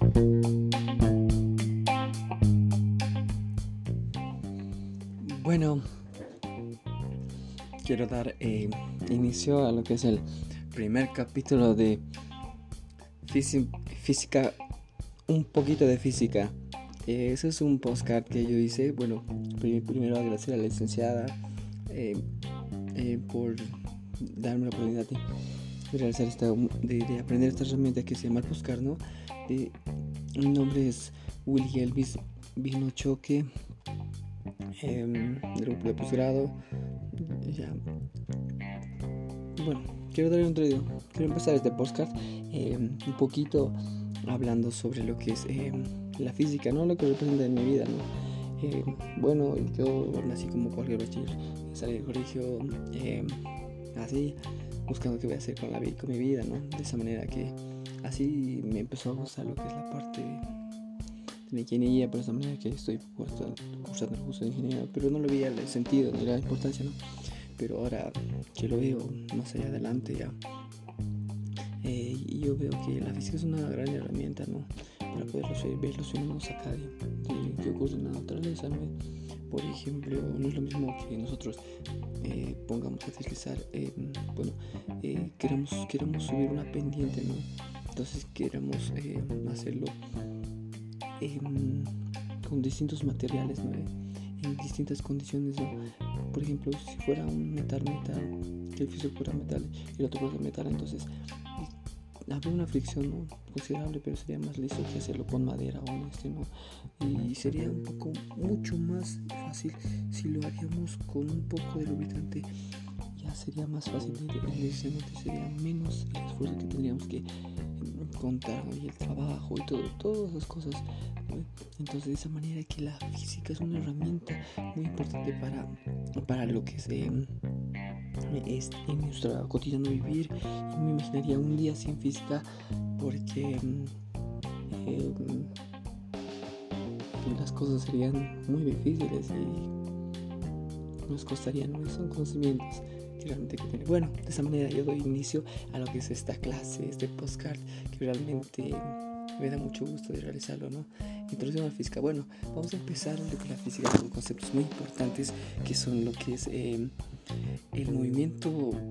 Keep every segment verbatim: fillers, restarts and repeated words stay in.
Bueno, quiero dar eh, inicio a lo que es el primer capítulo de fisi- física, un poquito de física. Eh, eso es un postcard que yo hice. Bueno, pr- primero agradecer a la licenciada eh, eh, por darme la oportunidad de, de realizar esta, de, de aprender esta herramienta que se llama el postcard, ¿no? Eh, mi nombre es Willy Elvis Vinochoque. Eh, del grupo de posgrado. Ya. Bueno, quiero dar un introducción. Quiero empezar este podcast eh, un poquito hablando sobre lo que es eh, la física, ¿no? Lo que representa en mi vida, ¿no? Eh, bueno, yo nací como cualquier bachiller, salí del colegio eh, así, buscando qué voy a hacer con, la, con mi vida, ¿no? De esa manera que así me empezó a gustar lo que es la parte de ingeniería, por esa manera que estoy cursando el curso de ingeniería, pero no le veía el sentido ni la importancia, ¿no? Pero ahora que lo veo más allá adelante ya, eh, y yo veo que la física es una gran herramienta, ¿no? Para poder ver los fenómenos acá de, de, que ocurren en la naturaleza, ¿no? Por ejemplo, no es lo mismo que nosotros eh, pongamos a deslizar, eh, bueno, eh, queramos, queramos subir una pendiente, ¿no? Entonces queramos eh, hacerlo Eh, con distintos materiales, ¿no? En distintas condiciones, ¿no? Por ejemplo, si fuera un metal metal, que el físico fuera metal y el otro fuera metal, entonces habría una fricción, ¿no? Considerable, pero sería más liso que hacerlo con madera o en este, ¿no? Y sería un poco mucho más fácil si lo haríamos con un poco de lubricante. Ya sería más fácil, inicialmente sería menos el esfuerzo que tendríamos que contar, ¿no? Y el trabajo y todo, todas esas cosas, ¿no? Entonces, de esa manera que la física es una herramienta muy importante para, para lo que es, eh, es en nuestro cotidiano vivir. Y me imaginaría un día sin física porque eh, las cosas serían muy difíciles y nos costarían, ¿no? Son conocimientos que realmente que tener. Bueno, de esa manera yo doy inicio a lo que es esta clase, este postcard, que realmente me da mucho gusto de realizarlo, ¿no? Introducción a la física. Bueno, vamos a empezar lo que es la física con conceptos muy importantes que son lo que es eh, el movimiento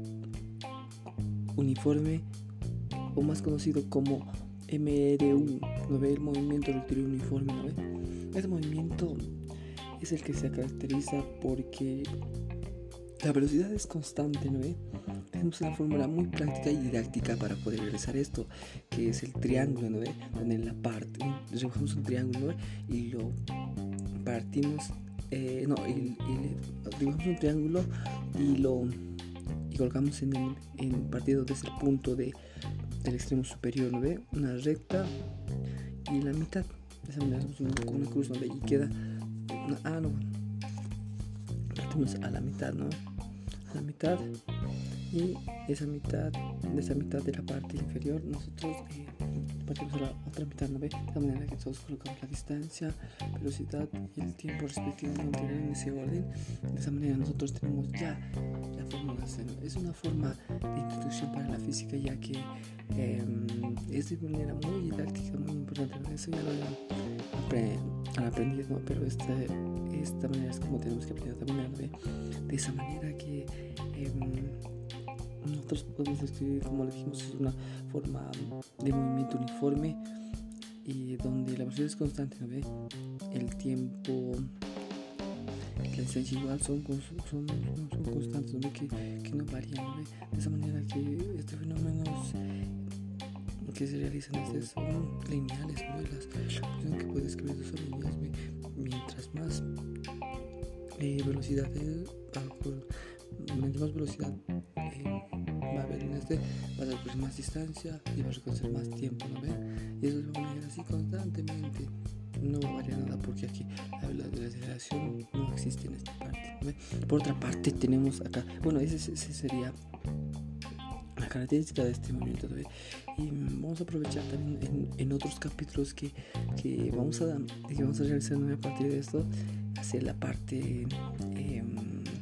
uniforme, o más conocido como M R U, ¿no ve? El movimiento rectilíneo uniforme, ¿no ve? Este movimiento es el que se caracteriza porque la velocidad es constante, ¿no ve? Tenemos una fórmula muy práctica y didáctica para poder realizar esto, que es el triángulo, ¿no ve? Donde en la parte dibujamos un triángulo, ¿no ve? Y lo partimos, eh, no, y, y dibujamos un triángulo y lo y colocamos en el en partido desde el punto de, del extremo superior, ¿no ve? Una recta y la mitad. De esa manera hacemos una, una cruz, ¿no ve? Y queda una, ah, no, partimos a la mitad, ¿no? A la mitad. Y esa mitad, de esa mitad de la parte inferior, nosotros eh, partimos a la otra mitad, ¿no ve? De la manera que nosotros colocamos la distancia, velocidad y el tiempo respectivamente en ese orden. De esa manera nosotros tenemos ya la fórmula cero. Es una forma de introducción para la física, ya que eh, es de manera muy didáctica, muy importante, ¿no? Eso ya lo han aprendido, ¿no? Pero esta, esta manera es como tenemos que aprender también, ¿no? De, de esa manera que eh, nosotros podemos describir, como le dijimos, es una forma de movimiento uniforme y donde la velocidad es constante, ¿no ve? El tiempo y la distancia igual son, son, son constantes, ¿no ve? Que, que no varían, ¿no ve? De esa manera que estos fenómenos que se realizan desde son lineales, ¿no? La función que puede describir son lineales, mientras más eh, velocidad eh, mientras más velocidad eh, va a haber en este, va a recorrer más distancia y va a recorrer más tiempo, ¿no ven? Y eso se va a ir así constantemente, no va a variar nada porque aquí la, la, la aceleración no existe en esta parte, ¿no ven? Por otra parte tenemos acá, bueno, ese, ese sería la característica de este movimiento, ¿no ven? Y vamos a aprovechar también en, en otros capítulos que, que, vamos a, que vamos a realizar, ¿no? A partir de esto, hacer la parte eh,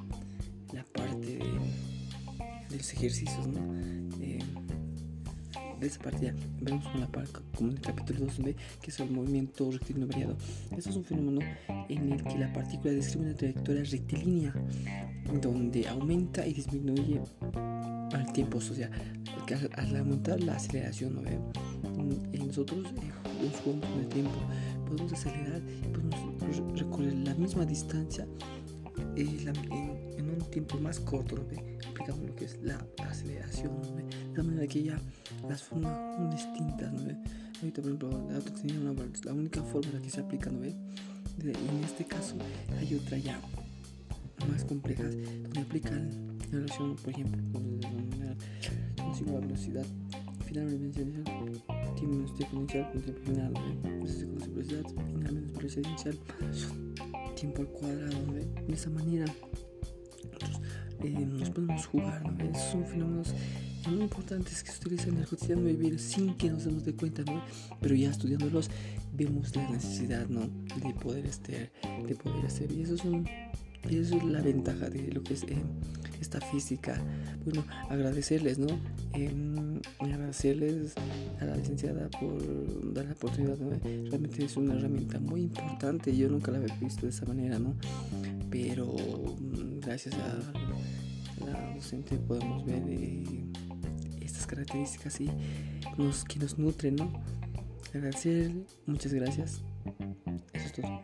la parte de, de los ejercicios, ¿no? Eh, de esa partida empezamos con la parte como en el capítulo dos b, que es el movimiento rectilíneo variado. Esto es un fenómeno en el que la partícula describe una trayectoria rectilínea donde aumenta y disminuye al tiempo, o sea, que al, al aumentar la aceleración, ¿no? ¿Eh? nosotros eh, nos jugamos con el tiempo, podemos acelerar, podemos recorrer la misma distancia eh, la, en, en un tiempo más corto, ¿no? Aplicamos lo que es la aceleración, ¿no? De la manera que ya las formas son distintas, ¿no? Ahorita, por ejemplo, la autoextensión, ¿no? La única forma en la que se aplica, ¿no? De, en este caso hay otra ya más complejas donde aplican la relación, por ejemplo, con la velocidad final inicial tiene menos tiempo inicial con tiempo final, ¿no? Pues con velocidad final menos velocidad inicial tiempo al cuadrado, ¿no? De esa manera nosotros eh, nos podemos jugar, ¿no? Esos son fenómenos muy importantes que se utilizan en el cotidiano de vivir sin que nos demos de cuenta, ¿no? Pero ya estudiándolos vemos la necesidad, ¿no? De poder este, de poder hacer, y eso es un Y eso es la ventaja de lo que es eh, esta física. Bueno, agradecerles, ¿no? Eh, agradecerles a la licenciada por dar la oportunidad, ¿no? Realmente es una herramienta muy importante. Yo nunca la había visto de esa manera, ¿no? Pero gracias a la docente podemos ver eh, estas características y nos, que nos nutren, ¿no? Agradecer, muchas gracias. Eso es todo.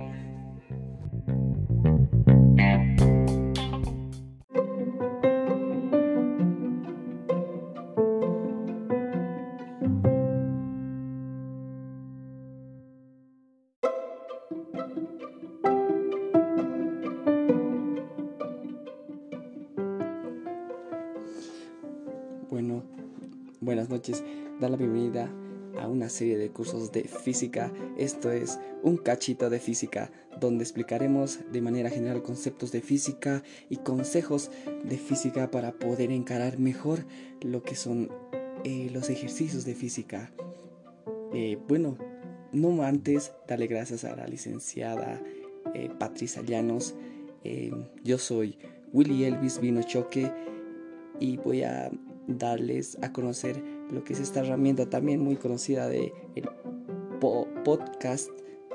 Bueno, buenas noches. Da la bienvenida a una serie de cursos de física. Esto es un cachito de física, donde explicaremos de manera general conceptos de física y consejos de física para poder encarar mejor lo que son eh, los ejercicios de física. Eh, bueno, no antes darle gracias a la licenciada eh, Patricia Llanos. Eh, yo soy Willy Elvis Vino Choque y voy a darles a conocer lo que es esta herramienta también muy conocida de el po- podcast.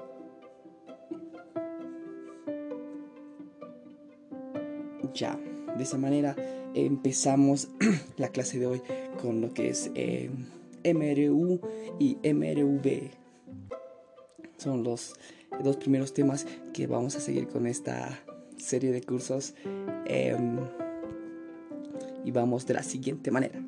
Ya, de esa manera empezamos la clase de hoy con lo que es eh, M R U y M R V. Son los dos primeros temas que vamos a seguir con esta serie de cursos. Eh, y vamos de la siguiente manera.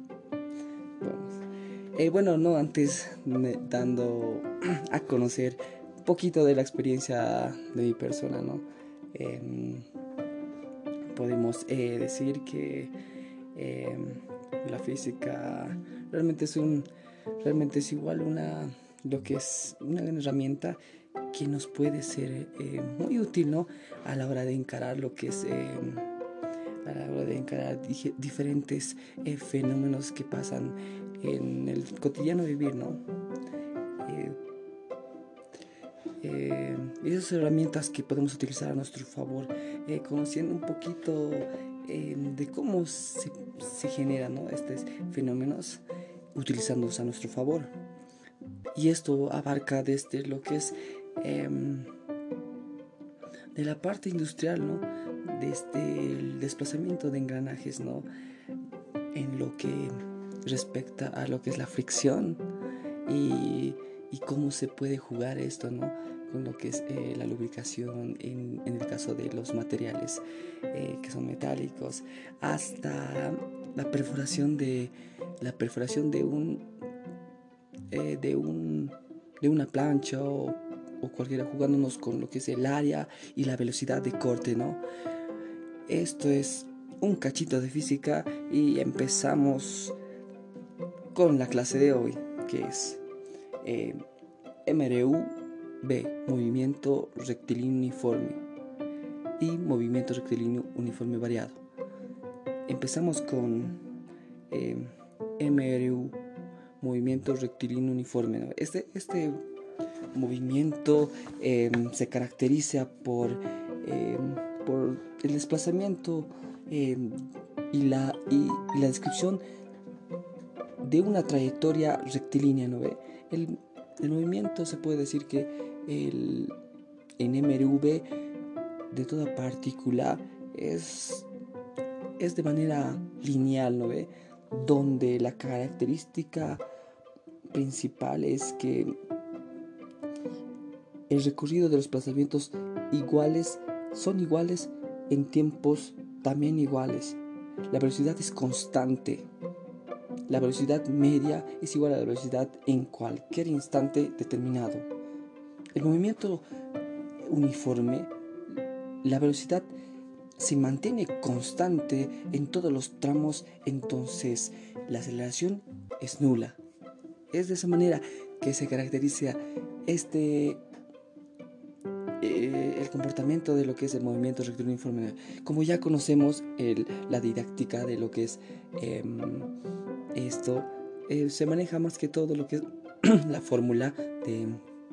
Eh, bueno, no antes me, dando a conocer un poquito de la experiencia de mi persona, ¿no? Eh, podemos eh, decir que eh, la física realmente es un, realmente es igual una, lo que es una gran herramienta que nos puede ser eh, muy útil, ¿no? A la hora de encarar lo que es eh, a la hora de encarar dije, diferentes eh, fenómenos que pasan en el cotidiano vivir, ¿no? Eh, eh, esas herramientas que podemos utilizar a nuestro favor, eh, conociendo un poquito eh, de cómo se, se generan, ¿no? estos fenómenos, utilizándolos a nuestro favor. Y esto abarca desde lo que es eh, de la parte industrial, ¿no? Desde el desplazamiento de engranajes, ¿no? En lo que respecta a lo que es la fricción y, y cómo se puede jugar esto, ¿no? Con lo que es eh, la lubricación en, en el caso de los materiales eh, que son metálicos, hasta la perforación de la perforación de un eh, de un de una plancha o, o cualquiera, jugándonos con lo que es el área y la velocidad de corte, ¿no? Esto es un cachito de física y empezamos con la clase de hoy, que es eh, M R U B, movimiento rectilíneo uniforme, y movimiento rectilíneo uniforme variado. Empezamos con eh, M R U, movimiento rectilíneo uniforme, ¿no? Este, este movimiento eh, se caracteriza por, eh, por el desplazamiento eh, y, la, y, y la descripción de una trayectoria rectilínea, ¿no ve? El, el movimiento se puede decir que el, en M R V de toda partícula es, es de manera lineal, ¿no ve? Donde la característica principal es que el recorrido de los desplazamientos iguales son iguales en tiempos también iguales. La velocidad es constante. La velocidad media es igual a la velocidad en cualquier instante determinado. El movimiento uniforme, la velocidad se mantiene constante en todos los tramos, entonces la aceleración es nula. Es de esa manera que se caracteriza este eh, el comportamiento de lo que es el movimiento rectilíneo uniforme. Como ya conocemos el, la didáctica de lo que es eh, esto, eh, se maneja más que todo lo que es la fórmula de,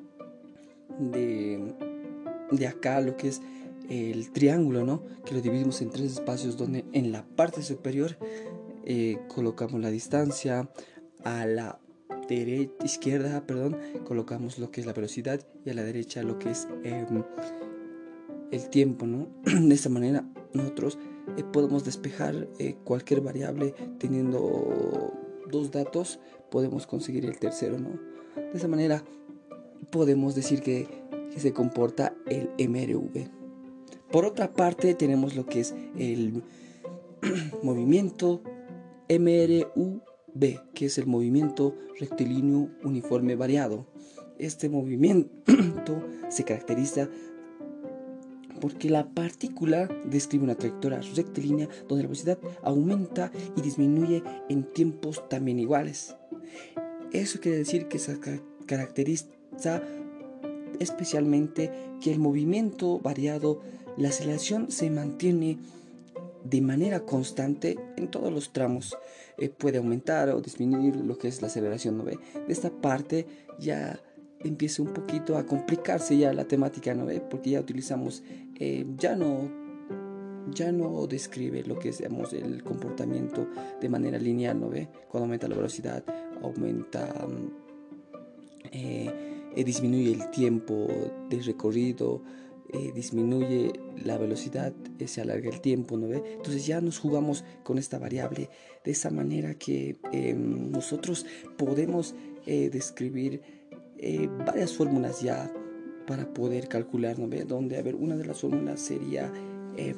de, de acá, lo que es el triángulo, ¿no? Que lo dividimos en tres espacios, donde en la parte superior eh, colocamos la distancia, a la derecha, izquierda, perdón, colocamos lo que es la velocidad, y a la derecha lo que es eh, el tiempo, ¿no? De esta manera nosotros eh, podemos despejar eh, cualquier variable. Teniendo dos datos podemos conseguir el tercero, ¿no? De esa manera podemos decir que, que se comporta el M R V. Por otra parte tenemos lo que es el movimiento M R U V, que es el movimiento rectilíneo uniforme variado. Este movimiento se caracteriza porque la partícula describe una trayectoria rectilínea donde la velocidad aumenta y disminuye en tiempos también iguales. Eso quiere decir que se caracteriza especialmente que el movimiento variado, la aceleración se mantiene de manera constante en todos los tramos. Eh, puede aumentar o disminuir lo que es la aceleración, ¿no ve? De esta parte ya empieza un poquito a complicarse ya la temática, ¿no ve? Porque ya utilizamos, eh, ya no ya no describe lo que es, digamos, el comportamiento de manera lineal, ¿no ve? Cuando aumenta la velocidad, aumenta, eh, eh, disminuye el tiempo de recorrido, eh, disminuye la velocidad, eh, se alarga el tiempo, ¿no ve? Entonces ya nos jugamos con esta variable de esa manera que eh, nosotros podemos eh, describir eh, varias fórmulas ya para poder calcular, ¿no ve? Donde, a ver, una de las fórmulas sería eh,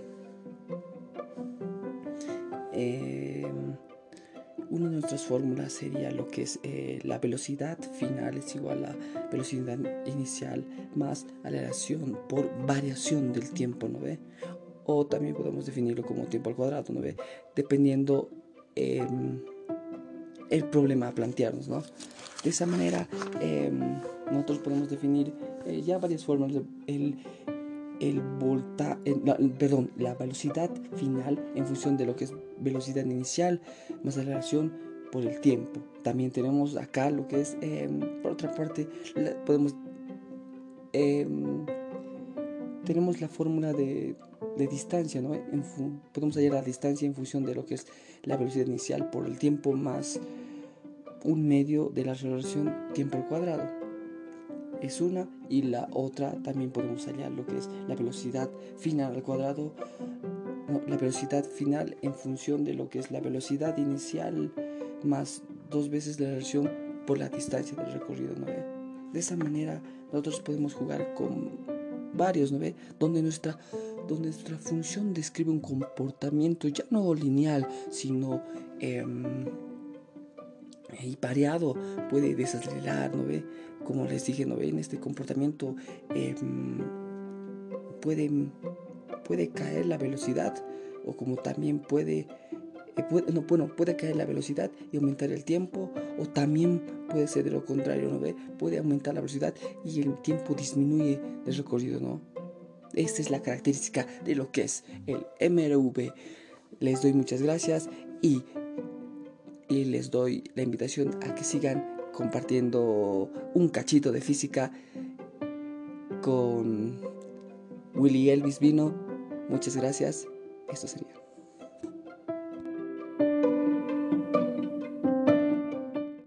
eh, una de nuestras fórmulas sería lo que es eh, la velocidad final es igual a velocidad inicial más aceleración por variación del tiempo, ¿no ve? O también podemos definirlo como tiempo al cuadrado, ¿no ve? Dependiendo eh, el problema a plantearnos, ¿no? De esa manera eh, nosotros podemos definir eh, ya varias formas. El, el volta, el, la, perdón, la velocidad final en función de lo que es velocidad inicial más aceleración por el tiempo. También tenemos acá lo que es, eh, por otra parte, la, podemos eh, tenemos la fórmula de, de distancia, ¿no? En fu- podemos hallar la distancia en función de lo que es la velocidad inicial por el tiempo más un medio de la relación tiempo al cuadrado. Es una, y la otra también podemos hallar lo que es la velocidad final al cuadrado, no, la velocidad final en función de lo que es la velocidad inicial más dos veces la relación por la distancia del recorrido, ¿no ve? De esa manera nosotros podemos jugar con varios, ¿no ve? Donde nuestra, donde nuestra función describe un comportamiento ya no lineal, sino eh, y variado, puede desacelerar, ¿no ve? Como les dije, ¿no ve? En este comportamiento eh, puede, puede caer la velocidad, o como también puede, eh, puede, no, bueno, puede caer la velocidad y aumentar el tiempo, o también puede ser de lo contrario, ¿no ve? Puede aumentar la velocidad y el tiempo disminuye del recorrido, ¿no? Esta es la característica de lo que es el M R V. Les doy muchas gracias y y les doy la invitación a que sigan compartiendo un cachito de física con Willy Elvis Vino. Muchas gracias. Esto sería.